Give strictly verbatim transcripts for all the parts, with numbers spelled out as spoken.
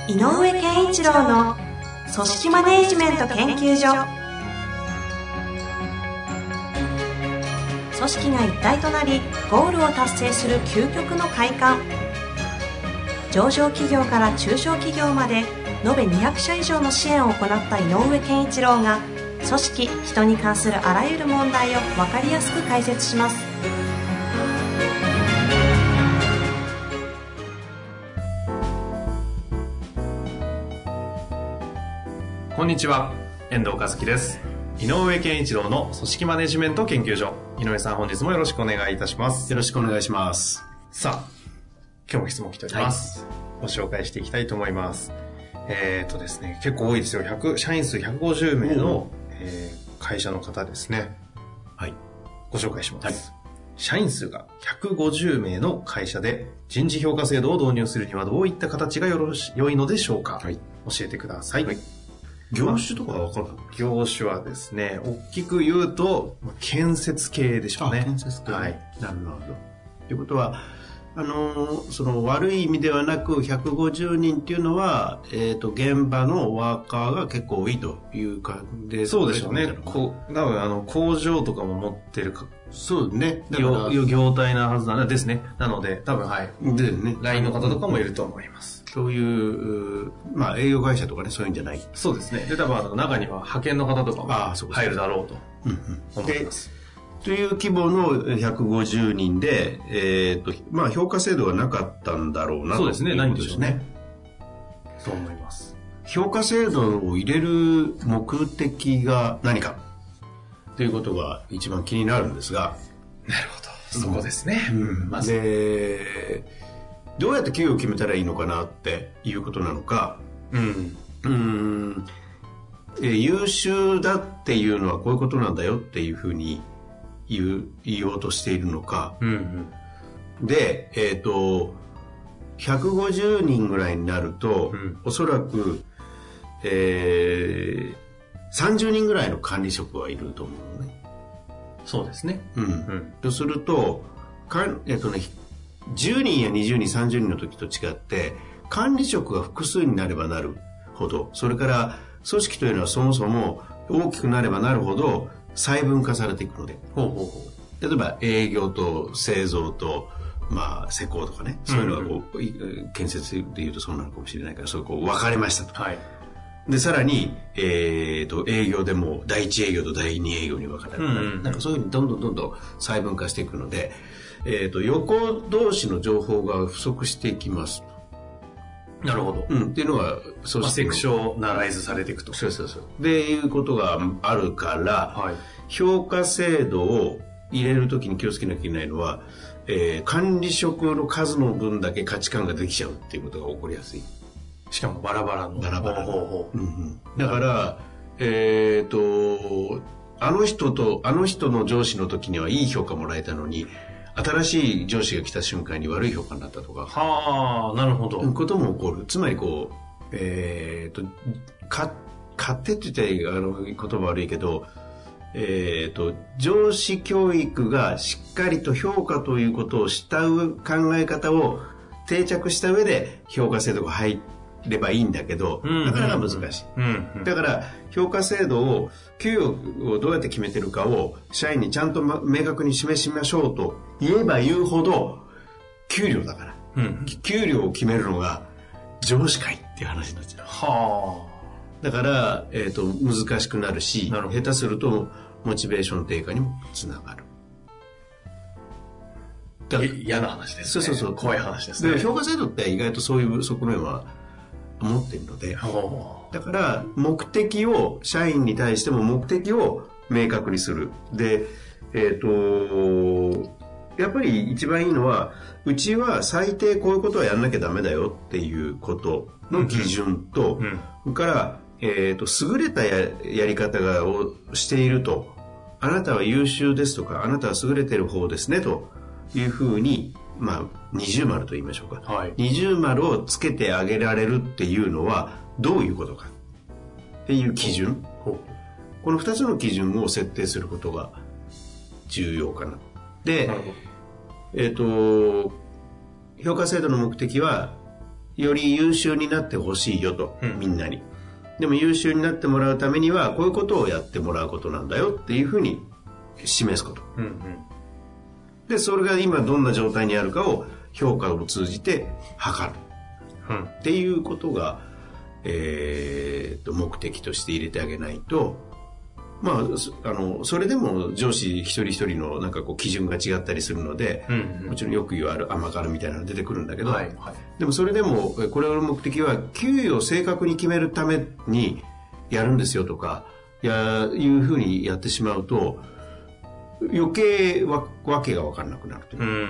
井上健一郎の組織マネジメント研究所。組織が一体となりゴールを達成する究極の快感。上場企業から中小企業まで延べにひゃくしゃ以上の支援を行った井上健一郎が、組織・人に関するあらゆる問題を分かりやすく解説します。 こんにちは、遠藤和樹です。井上健一郎の組織マネジメント研究所。井上さん、本日もよろしくお願いいたします。 よろしくお願いします。 さあ、今日も質問来ております、はい、ご紹介していきたいと思います。えーとですね、結構多いですよ。ひゃく社員数ひゃくごじゅうめいの、えー、会社の方ですね。はい、ご紹介します、はい。社員数がひゃくごじゅうめいの会社で人事評価制度を導入するにはどういった形がよろし良いのでしょうか、はい、教えてください。はい、 業種とかは分からない。 業種はですね、大きく言うと建設系でしょうね。 建設系、 はい、 なるほど。ということは、あのその悪い意味ではなくひゃくごじゅうにんっていうのは、えー、と現場のワーカーが結構多いという感じで。 そうでしょうね。こう多分あの工場とかも持ってるか、 そうね。 だから業業態なはずなんですね。なので多分はいでね、 ライン の方とかもいると思います。 そういう、まあ営業会社とかね、そういうんじゃない。 そうですね。で多分あの中には派遣の方とかも入るだろうと思います。 という規模のひゃくごじゅうにんで、えーとまあ、評価制度がなかったんだろうなと。 そうですね、ないんでしょうね。そう思います。 評価制度を入れる目的が何かということが一番気になるんですが。 なるほど、そこですね。 うん、まずでどうやって給与を決めたらいいのかなっていうことなのか、うん、うーん、えー、優秀だっていうのはこういうことなんだよっていうふうに言う、言おうとしているのか、うんうん、で、えっとひゃくごじゅうにんぐらいになると、うん、おそらく、えー、さんじゅうにんぐらいの管理職はいると思うのね。 そうですね、 うんうん、とするとかん、えっとね、じゅうにんやにじゅうにんさんじゅうにんの時と違って管理職が複数になればなるほど、それから組織というのはそもそも大きくなればなるほど細分化されていくので、ほうほうほう、例えば営業と製造と、まあ、施工とかね、そういうのがこう、うんうん、建設でいうとそうなのかもしれないから、そういうこう分かれましたと、はい、でさらに、えー、と営業でも第一営業と第二営業に分かれる、うんうん、なんかそういうふうにどんどんどんどん細分化していくので、えー、と横同士の情報が不足していきますと。 なるほど、 うん、っていうのがそうセクショナライズされていくと。 そうそうそうでいうことがあるから、はい、評価制度を入れるときに気をつけなきゃいけないのは、えー、管理職の数の分だけ価値観ができちゃうっていうことが起こりやすい。 しかもバラバラのバラバラの、ほうほう、うんうん、だからえっ、ー、とあの人とあの人の上司の時にはいい評価もらえたのに、新しい上司が来た瞬間に悪い評価になったとか、 はあ、なるほど、 ことも起こる。つまりこう、えー、とか勝手って言ったらあの言葉悪いけど、えー、と上司教育がしっかりと評価ということをした考え方を定着した上で評価制度が入ればいいんだけど、うんうんうん、なかなか難しい、うんうん、だから評価制度を給与をどうやって決めてるかを社員にちゃんと明確に示しましょうと言えば言うほど給料だから、うん、給料を決めるのが上司会っていう話になっちゃう。はあ。だから、えーと、難しくなるし、下手するとモチベーション低下にもつながる。 だから嫌な話ですね。そうそうそう、怖い話ですね。 で評価制度って意外とそういう側面は持っているので、だから目的を社員に対しても目的を明確にする。で、えっとやっぱり一番いいのは、うちは最低こういうことはやんなきゃダメだよっていうことの基準と、うんうん、それから、えーと、優れた や, やり方がをしていると、あなたは優秀ですとか、あなたは優れてる方ですねというふうに、まあ、二重丸と言いましょうか、はい、二重丸をつけてあげられるっていうのはどういうことかっていう基準、このふたつの基準を設定することが重要かな。で、えっと、評価制度の目的はより優秀になってほしいよと、 うん、 みんなに。でも優秀になってもらうためにはこういうことをやってもらうことなんだよっていうふうに示すこと、 うんうん、 でそれが今どんな状態にあるかを評価を通じて測る、うん、っていうことが、えー、と目的として入れてあげないと、まあ、あのそれでも上司一人一人のなんかこう基準が違ったりするので、うんうん、もちろんよく言われる甘辛みたいなのが出てくるんだけど、はいはい、でもそれでもこれの目的は給与を正確に決めるためにやるんですよとかやいうふうにやってしまうと余計わわけが分からなくなるという、うんうん、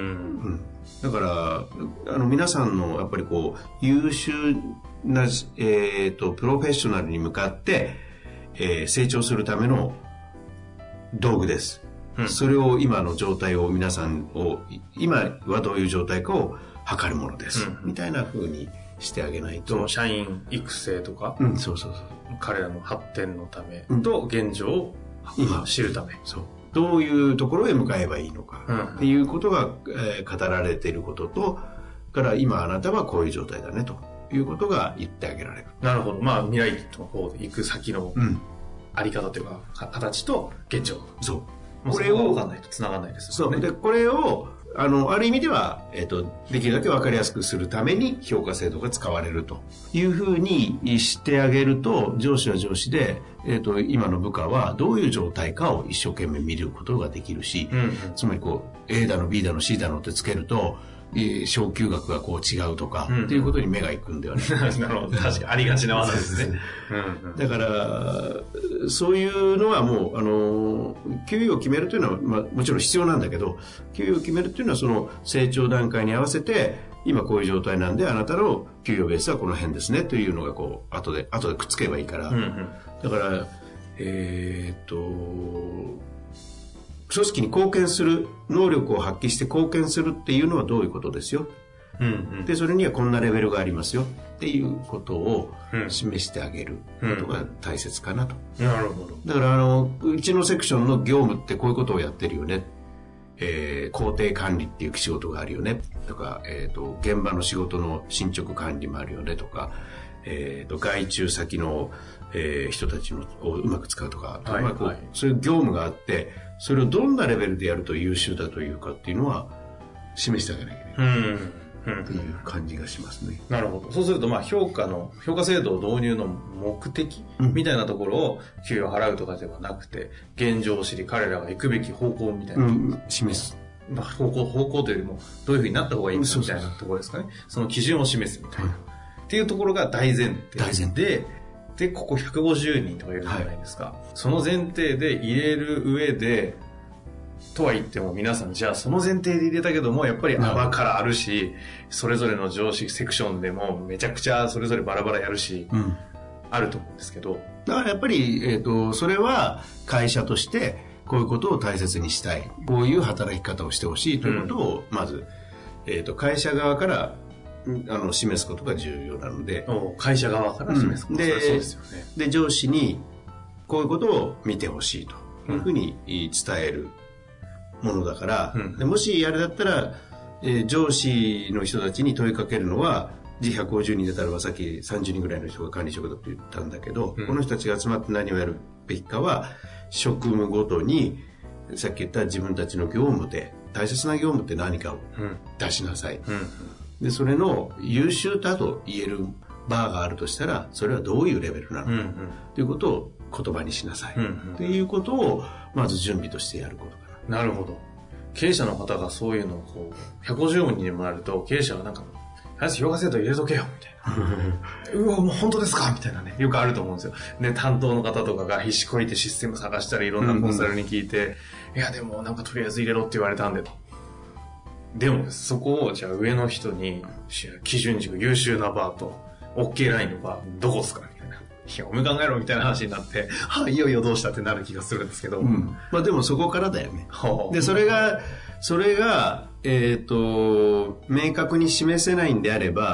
だからあの皆さんのやっぱりこう優秀な、えー、とプロフェッショナルに向かってえー、成長するための道具です、うん、それを今の状態を皆さんを今はどういう状態かを測るものです、うん、みたいな風にしてあげないと、 その社員育成とか、 うん、そうそうそう、 彼らの発展のためと現状を今知るため、 そうどういうところへ向かえばいいのかっていうことが、えー、語られていることとから今あなたはこういう状態だねということが言ってあげられる。 なるほど。まあ未来の方で行く先のあり方というか、うん、形と現状。 そう。 これを分かんないと繋がらないですよね。 そう。で、これを、あの、ある意味では、えっと、できるだけ分かりやすくするために評価制度が使われるというふうにしてあげると、上司は上司で、えっと、今の部下はどういう状態かを一生懸命見ることができるし、うんうん、つまりこう、A だの B だの C だのってつけると、昇給額がこう違うとか、うん、っていうことに目がいくんではないかなるほど。確かにありがちな技ですね。 うんうん、だからそういうのはもうあの給与を決めるというのは、まあ、もちろん必要なんだけど、給与を決めるというのはその成長段階に合わせて今こういう状態なんであなたの給与ベースはこの辺ですねというのがこう後で後でくっつけばいいから、うんうん、だからえー、っと組織に貢献する能力を発揮して貢献するっていうのはどういうことですよ、うんうん、でそれにはこんなレベルがありますよっていうことを示してあげることが大切かなと、 うんうん、なるほど。 だからあのうちのセクションの業務ってこういうことをやってるよね、えー、工程管理っていう仕事があるよねとか、えー、と現場の仕事の進捗管理もあるよねとか、えー、と外注先の、えー、人たちのをうまく使うとか、はいまあこうはい、そういう業務があってそれをどんなレベルでやると優秀だというかっていうのは示してあげなきゃいけない、うんうん、という感じがしますね。 なるほど。そうするとまあ評価の評価制度導入の目的みたいなところを給与を払うとかではなくて、現状を知り彼らが行くべき方向みたいな、うん、 示す、 まあ、方向方向というよりもどういうふうになった方がいいかみたいなところですかね。その基準を示すみたいな、うん、っていうところが大前提大前提ででここひゃくごじゅうにんとかいるじゃないですか、はい、その前提で入れる上でとは言っても皆さんじゃあその前提で入れたけどもやっぱり甘からあるしそれぞれの上司セクションでもめちゃくちゃそれぞれバラバラやるし、うん、あると思うんですけど、 だからやっぱり、えーと、それは会社としてこういうことを大切にしたい、こういう働き方をしてほしいということをまず、うんえーと、会社側からあの示すことが重要なので、 会社側から示すことが、うん、で、そうですよね。 で上司にこういうことを見てほしいというふうに伝えるものだから、うん、でもしあれだったら、えー、上司の人たちに問いかけるのはひゃくごじゅうにんだったらさっきさんじゅうにんぐらいの人が管理職だと言ったんだけど、うん、この人たちが集まって何をやるべきかは職務ごとにさっき言った自分たちの業務で大切な業務って何かを出しなさい、うんうん、でそれの優秀だと言えるバーがあるとしたらそれはどういうレベルなのか、うんうん、ということを言葉にしなさい、うんうん、ということをまず準備としてやることかな。なるほど。経営者の方がそういうのをこうひゃくごじゅうにんにもなると経営者がなんか評価制度入れとけよみたいなうわもう本当ですかみたいなねよくあると思うんですよ。で担当の方とかが必死こいてシステム探したりいろんなコンサルに聞いて、うんうん、いやでもなんかとりあえず入れろって言われたんでと。でもそこをじゃあ上の人に基準軸優秀なバーと OK ラインのバーどこですかみたいな。いやお前考えろみたいな話になってはあいよいよどうしたってなる気がするんですけど、うん、 まあでもそこからだよね。でそれがそれがえっと明確に示せないんであれば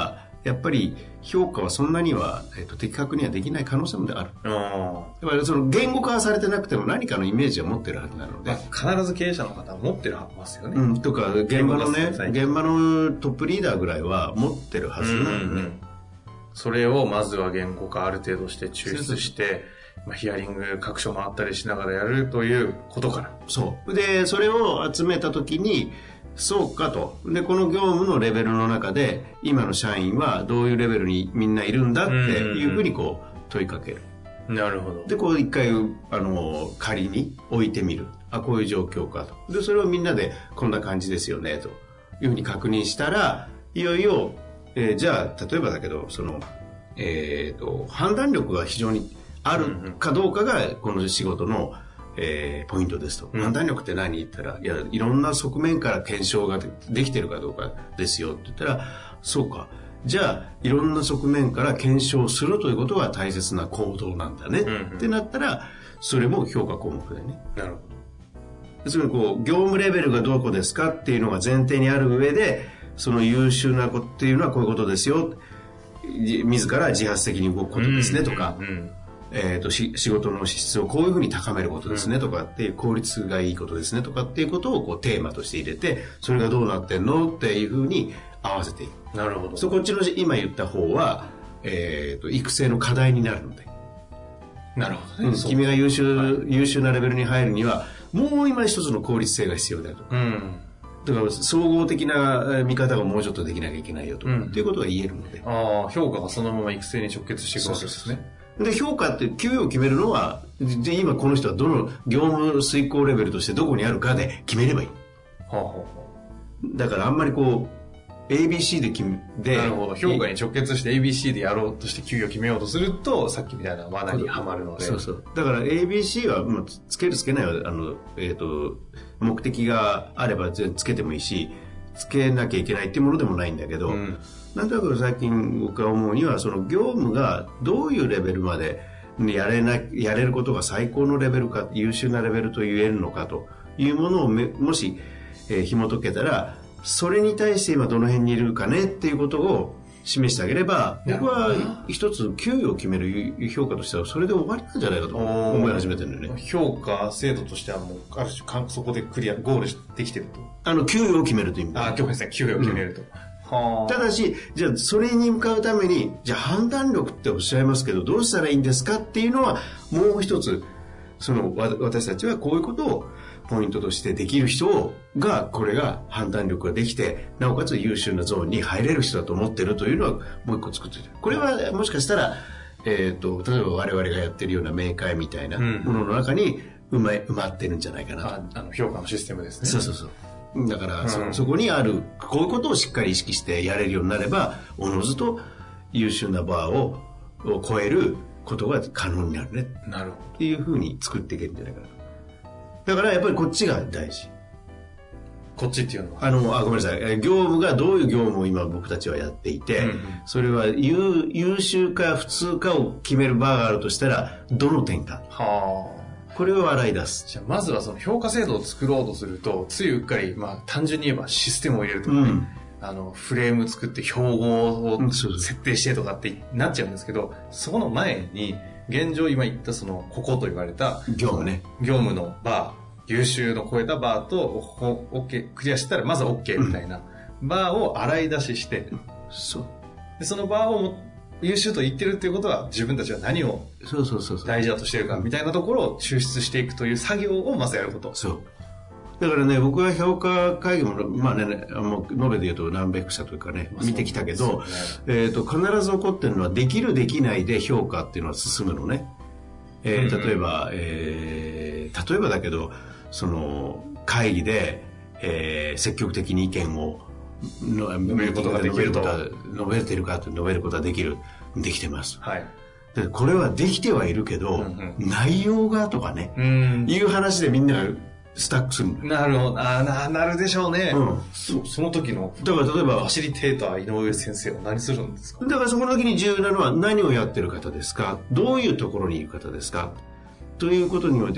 やっぱり評価はそんなには、えー、と的確にはできない可能性もある。あだからその言語化はされてなくても何かのイメージは持ってるはずなので、 まあ、必ず経営者の方は持ってるはずですよね、 うん、とか現場のね現場のトップリーダーぐらいは持ってるはずなので、うんうんうん、 それをまずは言語化ある程度して抽出してまあ、ヒアリング各所回ったりしながらやるということからそうでそれを集めた時にそうかとでこの業務のレベルの中で今の社員はどういうレベルにみんないるんだっていうふうにこう問いかける。 なるほど。 でこう一回あの仮に置いてみる。あこういう状況かと。でそれをみんなでこんな感じですよねというふうに確認したらいよいよ、えー、じゃあ例えばだけどその、えー、と判断力が非常にあるかどうかがこの仕事の、えー、ポイントですと、うん、判断力って何言ったらいやいろんな側面から検証が で, できてるかどうかですよって言ったらそうかじゃあいろんな側面から検証するということが大切な行動なんだね、うんうん、ってなったらそれも評価項目でね。 なるほど。つまりこう業務レベルがどこですかっていうのが前提にある上でその優秀な子っていうのはこういうことですよ自ら自発的に動くことですねとか、うんうんうんえー、とし仕事の質をこういうふうに高めることですねとかっていう効率がいいことですねとかっていうことをこうテーマとして入れてそれがどうなってんのっていうふうに合わせていく。 なるほど。 そこっちの今言った方は、えー、と育成の課題になるので。 なるほどね、 うん、君が優秀、はい、優秀なレベルに入るにはもう今一つの効率性が必要だと、うん、だから総合的な見方がもうちょっとできなきゃいけないよと、うん、っていうことが言えるのでああ評価がそのまま育成に直結していくわけですね。そうそうそうで評価って給与を決めるのはで今この人はどの業務遂行レベルとしてどこにあるかで決めればいい、はあはあ、だからあんまりこう エービーシー で決めでなるほど評価に直結して エービーシー でやろうとして給与を決めようとするとさっきみたいな罠にはまるのでそうそうだから エービーシー はもうつけるつけないはあの、えー、と目的があればつけてもいいしつけなきゃいけないっていうものでもないんだけど、うんなんとなく最近僕が思うにはその業務がどういうレベルまでやれなやれることが最高のレベルか優秀なレベルと言えるのかというものをめもし、えー、紐解けたらそれに対して今どの辺にいるかねっていうことを示してあげれば僕は一つ給与を決める評価としてはそれで終わりなんじゃないかと思い始めてるんだよね。 評価制度としてはもうある種そこでクリアゴールできてるとあの給与を決めるという意味であ今日ですね給与を決めると、うんただしじゃあそれに向かうためにじゃあ判断力っておっしゃいますけどどうしたらいいんですかっていうのはもう一つその私たちはこういうことをポイントとしてできる人がこれが判断力ができてなおかつ優秀なゾーンに入れる人だと思ってるというのはもう一個作っている。これはもしかしたら、えー、と例えば我々がやってるような明快みたいなものの中に埋ま、埋まってるんじゃないかなと、 ああの評価のシステムですね。 そうそうそうだからそ、うん、そこにあるこういうことをしっかり意識してやれるようになればおのずと優秀なバーをを超えることが可能になるねなるほどっていうふうに作っていけるんじゃないかな。だからやっぱりこっちが大事。 こっちっていうのはあのあごめんなさい業務がどういう業務を今僕たちはやっていて、うんうん、それは 優, 優秀か普通かを決めるバーがあるとしたらどの点かはあこれを洗い出す。 じゃあまずはその評価制度を作ろうとするとついうっかり、まあ、単純に言えばシステムを入れるとかね、うん、あのフレーム作って標語を設定してとかってなっちゃうんですけど、そこの前に現状今言ったそのここと言われた業務ね業務のバー優秀の超えたバーと OK クリアしたらまず OK みたいな、うん、バーを洗い出しして、 そうでそのバーを優秀と言ってるっていうことは自分たちは何を大事だとしてるかみたいなところを抽出していくという作業をまずやること。 そうだからね僕は評価会議もまあねもう延べで言うと何百社というかね見てきたけど、ねえー、と必ず起こってるのはできるできないで評価っていうのは進むのね、えー、例えば、えー、例えばだけどその会議で、えー、積極的に意見を述べることができると述べてるかと述べることはできるできてます、 はい、 でこれはできてはいるけど、うんうん、内容がとかね、うん、いう話でみんながスタックするなるほどあななるでしょうね、うん、そ, その時のだから例えばファシリテーター井上先生は何するんですか。 だからそこの時に重要なのは何をやってる方ですかどういうところにいる方ですかということにおいては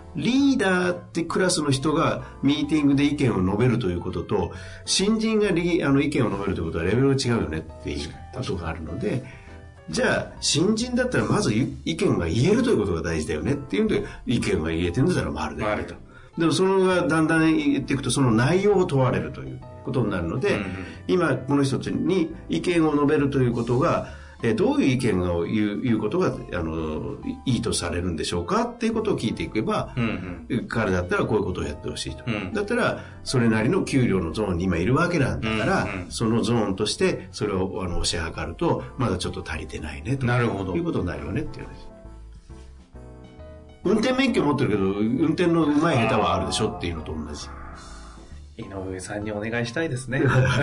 リーダーってクラスの人がミーティングで意見を述べるということと、新人がリあの意見を述べるということはレベルが違うよねっていうことがあるので、じゃあ新人だったらまず意見が言えるということが大事だよねっていうんで、意見が言えてるんだったら丸であると。でもそのがだんだん言っていくと、その内容を問われるということになるので、うんうん、今この人たちに意見を述べるということが、えどういう意見を言う、言うことがあのいいとされるんでしょうかっていうことを聞いていけば、うんうん、彼だったらこういうことをやってほしいと、うん、だったらそれなりの給料のゾーンに今いるわけなんだから、うんうん、そのゾーンとしてそれをあの推し量るとまだちょっと足りてないねとなるほどいうことになるよねっていうんです。運転免許持ってるけど運転の上手い下手はあるでしょっていうのと同じ。 井上さんにお願いしたいですね。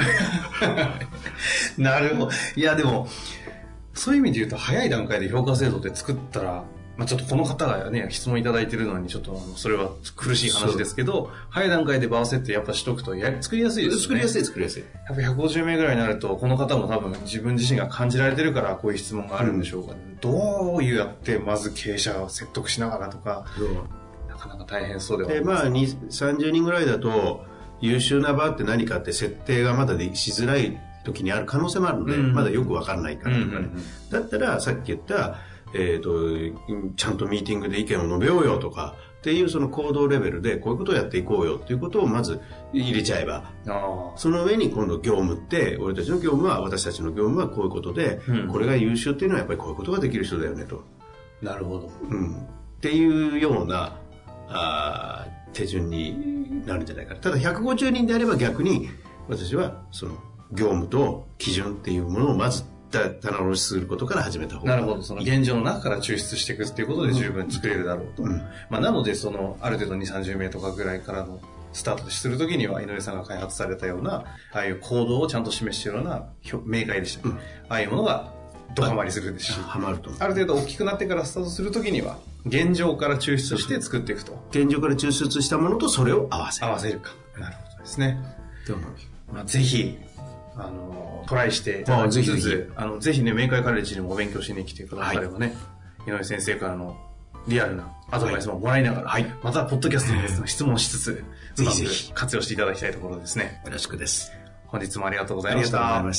なるほど。いやでもそういう意味で言うと早い段階で評価制度って作ったら、まあ、ちょっとこの方がね質問いただいてるのにちょっとあのそれは苦しい話ですけど、早い段階でバーセってやっぱしとくとや作りやすいですよね。 作りやすい作りやすい。 やっぱひゃくごじゅう名ぐらいになるとこの方も多分自分自身が感じられてるからこういう質問があるんでしょうが、うん、どうやってまず経営者を説得しながらとか、うん、なかなか大変そうではあります。 でまあにじゅう、さんじゅうにんぐらいだと優秀な場って何かって設定がまだでしづらい時にある可能性もあるので、うん、まだよく分かんないから、ねうんうんうん、だったらさっき言った、えーと、ちゃんとミーティングで意見を述べようよとかっていうその行動レベルでこういうことをやっていこうよっていうことをまず入れちゃえば、その上に今度業務って俺たちの業務は私たちの業務はこういうことで、うん、これが優秀っていうのはやっぱりこういうことができる人だよねと。 なるほど、 うん、っていうようなあ手順になるんじゃないかな。ただひゃくごじゅうにんであれば逆に私はその業務と基準っていうものをまず棚卸しすることから始めた方がいい。 なるほど。その現状の中から抽出していくっていうことで十分作れるだろうと、うんまあ、なのでそのある程度にじゅう、さんじゅう名とかぐらいからのスタートするときには井上さんが開発されたようなああいう行動をちゃんと示しているような明快でした、うん、ああいうものがドハマりするですし、 はまるとある程度大きくなってからスタートするときには現状から抽出して作っていくと。 現状から抽出したものとそれを合わせる合わせるか。なるほどですね。まあ、ぜひあのトライしていただきつつ、ぜひぜひあのぜひね明快カレッジにもお勉強しに来てくださればね、はい、井上先生からのリアルなアドバイスももらいながら、はい、またポッドキャストにですね質問しつつぜひぜひ活用していただきたいところですね。 よろしくです。 本日もありがとうございました。 ありがとうございました。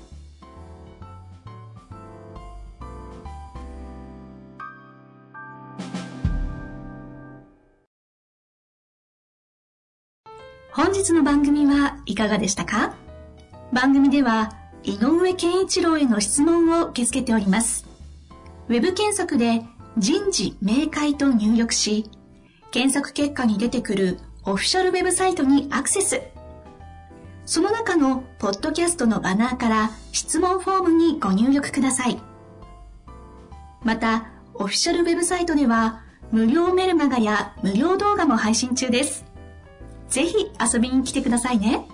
本日の番組はいかがでしたか？番組では井上健一郎への質問を受け付けております。ウェブ検索で人事明快と入力し、検索結果に出てくるオフィシャルウェブサイトにアクセス。その中のポッドキャストのバナーから質問フォームにご入力ください。また、オフィシャルウェブサイトでは無料メルマガや無料動画も配信中です。ぜひ遊びに来てくださいね。